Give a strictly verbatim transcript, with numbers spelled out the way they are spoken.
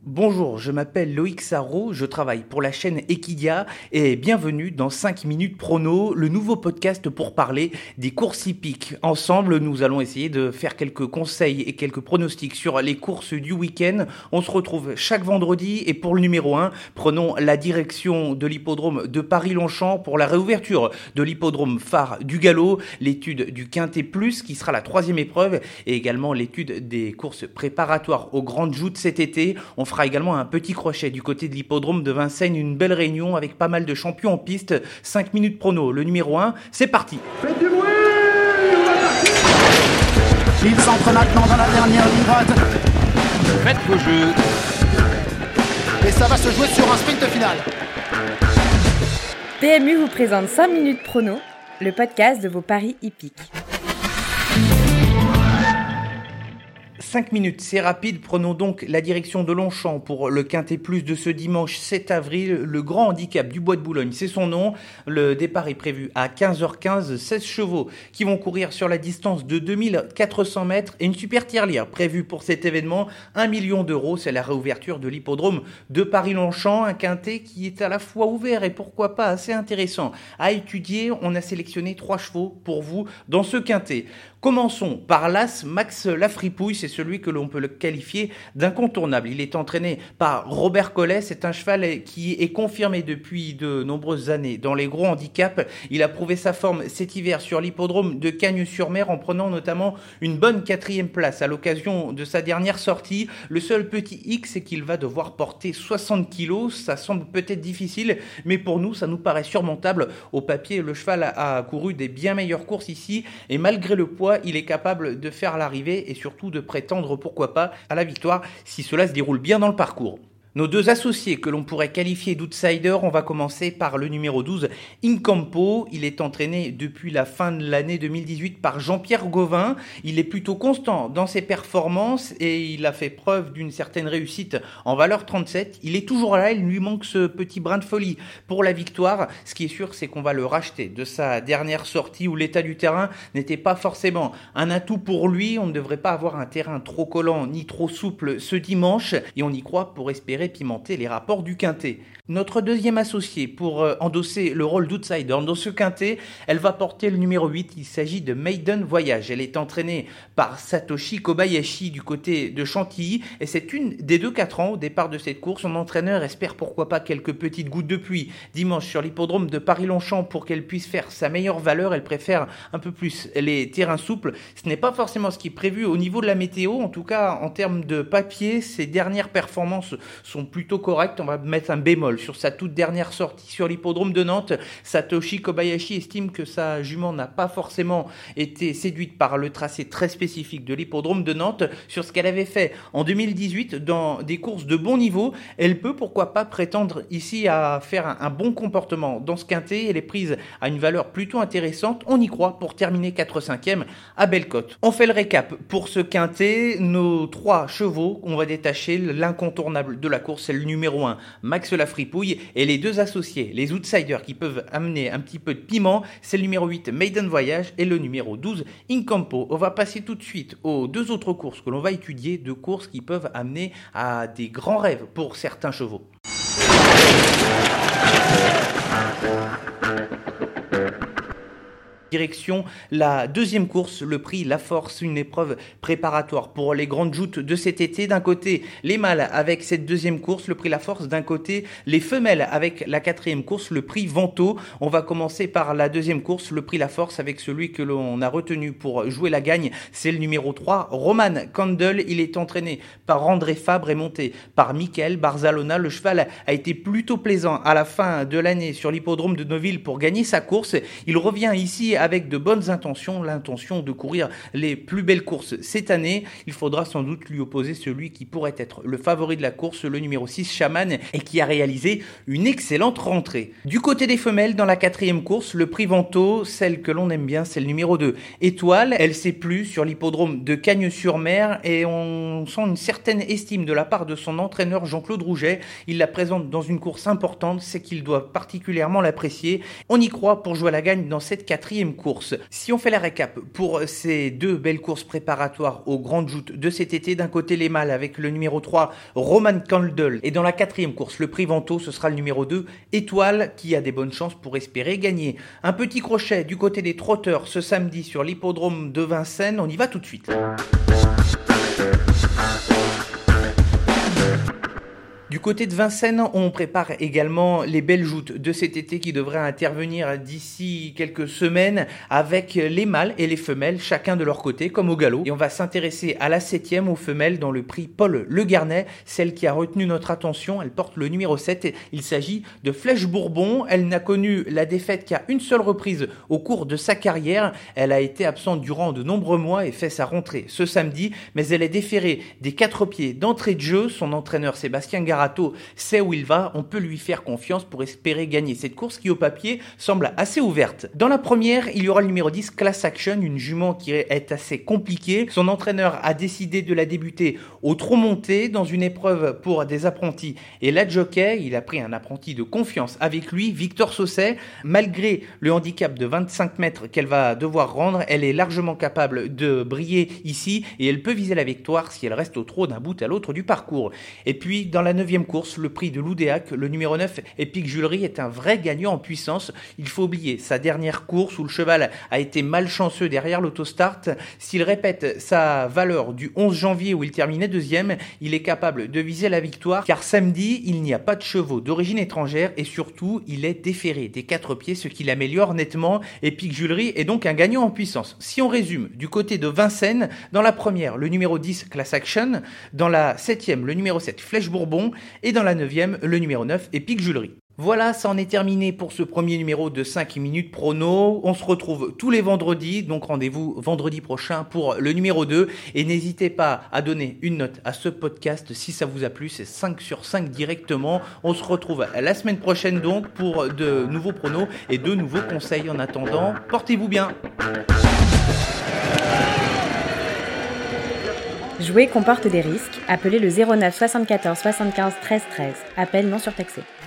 Bonjour, je m'appelle Loïc Sarro, je travaille pour la chaîne Equidia et bienvenue dans cinq minutes Prono, le nouveau podcast pour parler des courses hippiques. Ensemble, nous allons essayer de faire quelques conseils et quelques pronostics sur les courses du week-end. On se retrouve chaque vendredi et pour le numéro un, prenons la direction de l'hippodrome de Paris-Longchamp pour la réouverture de l'hippodrome phare du Galop, l'étude du Quintet Plus qui sera la troisième épreuve et également l'étude des courses préparatoires aux grandes joutes cet été. On fera également un petit crochet du côté de l'hippodrome de Vincennes, une belle réunion avec pas mal de champions en piste. cinq minutes prono, le numéro un, c'est parti. Faites du bruit, on va partir. Il s'entre maintenant dans la dernière ligne droite. Faites vos jeux. Et ça va se jouer sur un sprint final. P M U vous présente cinq minutes prono, le podcast de vos paris hippiques. cinq minutes, c'est rapide. Prenons donc la direction de Longchamp pour le Quintet Plus de ce dimanche sept avril. Le grand handicap du Bois de Boulogne, c'est son nom. Le départ est prévu à quinze heures quinze. seize chevaux qui vont courir sur la distance de deux mille quatre cents mètres et une super tirelire prévue pour cet événement. un million d'euros, c'est la réouverture de l'hippodrome de Paris-Longchamp. Un Quintet qui est à la fois ouvert et pourquoi pas assez intéressant à étudier. On a sélectionné trois chevaux pour vous dans ce Quintet. Commençons par l'As Max Lafripouille, c'est celui que l'on peut le qualifier d'incontournable. Il est entraîné par Robert Collet, c'est un cheval qui est confirmé depuis de nombreuses années dans les gros handicaps. Il a prouvé sa forme cet hiver sur l'hippodrome de Cagnes-sur-Mer en prenant notamment une bonne quatrième place à l'occasion de sa dernière sortie. Le seul petit hic, c'est qu'il va devoir porter soixante kilos. Ça semble peut-être difficile, mais pour nous, ça nous paraît surmontable. Au papier, le cheval a couru des bien meilleures courses ici et malgré le poids, il est capable de faire l'arrivée et surtout de prétendre, pourquoi pas, à la victoire si cela se déroule bien dans le parcours. Nos deux associés que l'on pourrait qualifier d'outsiders, on va commencer par le numéro douze, Incampo. Il est entraîné depuis la fin de l'année deux mille dix-huit par Jean-Pierre Gauvin. Il est plutôt constant dans ses performances et il a fait preuve d'une certaine réussite en valeur trente-sept. Il est toujours là, il lui manque ce petit brin de folie pour la victoire. Ce qui est sûr, c'est qu'on va le racheter de sa dernière sortie où l'état du terrain n'était pas forcément un atout pour lui. On ne devrait pas avoir un terrain trop collant ni trop souple ce dimanche et on y croit pour espérer pimenter les rapports du Quintet. Notre deuxième associé pour euh, endosser le rôle d'outsider dans ce Quintet, elle va porter le numéro huit, il s'agit de Maiden Voyage. Elle est entraînée par Satoshi Kobayashi du côté de Chantilly et c'est une des deux quatre ans au départ de cette course. Son entraîneur espère pourquoi pas quelques petites gouttes de pluie dimanche sur l'hippodrome de Paris-Longchamp pour qu'elle puisse faire sa meilleure valeur. Elle préfère un peu plus les terrains souples. Ce n'est pas forcément ce qui est prévu au niveau de la météo, en tout cas en termes de papier, ses dernières performances sont plutôt correctes. On va mettre un bémol sur sa toute dernière sortie sur l'hippodrome de Nantes. Satoshi Kobayashi estime que sa jument n'a pas forcément été séduite par le tracé très spécifique de l'hippodrome de Nantes. Sur ce qu'elle avait fait en deux mille dix-huit dans des courses de bon niveau, elle peut pourquoi pas prétendre ici à faire un, un bon comportement dans ce Quintet. Elle est prise à une valeur plutôt intéressante. On y croit pour terminer quatre cinquième à Bellecote. On fait le récap pour ce Quintet. Nos trois chevaux, on va détacher l'incontournable de la course, c'est le numéro un, Max Lafripouille, et les deux associés, les outsiders qui peuvent amener un petit peu de piment, c'est le numéro huit, Maiden Voyage, et le numéro douze, Incampo. On va passer tout de suite aux deux autres courses que l'on va étudier, deux courses qui peuvent amener à des grands rêves pour certains chevaux. Direction la deuxième course, le prix La Force, une épreuve préparatoire pour les grandes joutes de cet été. D'un côté, les mâles avec cette deuxième course, le prix La Force. D'un côté, les femelles avec la quatrième course, le prix Vento. On va commencer par la deuxième course, le prix La Force, avec celui que l'on a retenu pour jouer la gagne. C'est le numéro trois, Roman Candle. Il est entraîné par André Fabre et monté par Michael Barzalona. Le cheval a été plutôt plaisant à la fin de l'année sur l'hippodrome de Neuville pour gagner sa course. Il revient ici avec de bonnes intentions, l'intention de courir les plus belles courses cette année. Il faudra sans doute lui opposer celui qui pourrait être le favori de la course, le numéro six, Chaman, et qui a réalisé une excellente rentrée. Du côté des femelles, dans la quatrième course, le prix Vento, celle que l'on aime bien, c'est le numéro deux, Étoile. Elle s'est plue sur l'hippodrome de Cagnes-sur-Mer et on sent une certaine estime de la part de son entraîneur Jean-Claude Rouget. Il la présente dans une course importante, c'est qu'il doit particulièrement l'apprécier. On y croit pour jouer à la gagne dans cette quatrième quatrième course. Si on fait la récap pour ces deux belles courses préparatoires aux grandes joutes de cet été, d'un côté les mâles avec le numéro trois, Roman Candle, et dans la quatrième course, le prix Vento, ce sera le numéro deux, Étoile, qui a des bonnes chances pour espérer gagner. Un petit crochet du côté des trotteurs ce samedi sur l'hippodrome de Vincennes, on y va tout de suite. Du côté de Vincennes, on prépare également les belles joutes de cet été qui devraient intervenir d'ici quelques semaines avec les mâles et les femelles, chacun de leur côté, comme au galop. Et on va s'intéresser à la septième, aux femelles, dans le prix Paul Le Garnet, celle qui a retenu notre attention. Elle porte le numéro sept. Il s'agit de Flèche Bourbon. Elle n'a connu la défaite qu'à une seule reprise au cours de sa carrière. Elle a été absente durant de nombreux mois et fait sa rentrée ce samedi, mais elle est déférée des quatre pieds d'entrée de jeu. Son entraîneur Sébastien Garato sait où il va, on peut lui faire confiance pour espérer gagner cette course qui au papier semble assez ouverte. Dans la première, il y aura le numéro dix, Class Action, une jument qui est assez compliquée. Son entraîneur a décidé de la débuter au trot monté dans une épreuve pour des apprentis et la jockey, il a pris un apprenti de confiance avec lui, Victor Sausset. Malgré le handicap de vingt-cinq mètres qu'elle va devoir rendre, elle est largement capable de briller ici et elle peut viser la victoire si elle reste au trot d'un bout à l'autre du parcours. Et puis dans la neuvième course, le prix de l'Oudéac, le numéro neuf, Epic Jewelry, est un vrai gagnant en puissance. Il faut oublier sa dernière course où le cheval a été malchanceux derrière l'autostart. S'il répète sa valeur du onze janvier où il terminait deuxième, il est capable de viser la victoire car samedi, il n'y a pas de chevaux d'origine étrangère et surtout, il est déféré des quatre pieds, ce qui l'améliore nettement. Epic Jewelry est donc un gagnant en puissance. Si on résume, du côté de Vincennes, dans la première, le numéro dix, Class Action, dans la septième, le numéro sept, Flèche Bourbon, et dans la neuvième, le numéro neuf, Epic Jewelry. Voilà, ça en est terminé pour ce premier numéro de cinq minutes prono. On se retrouve tous les vendredis, donc rendez-vous vendredi prochain pour le numéro deux. Et n'hésitez pas à donner une note à ce podcast si ça vous a plu, c'est cinq sur cinq directement. On se retrouve la semaine prochaine donc pour de nouveaux pronos et de nouveaux conseils. En attendant, portez-vous bien. Jouer comporte des risques. Appelez le zéro neuf soixante-quatorze soixante-quinze treize treize. Appel non surtaxé.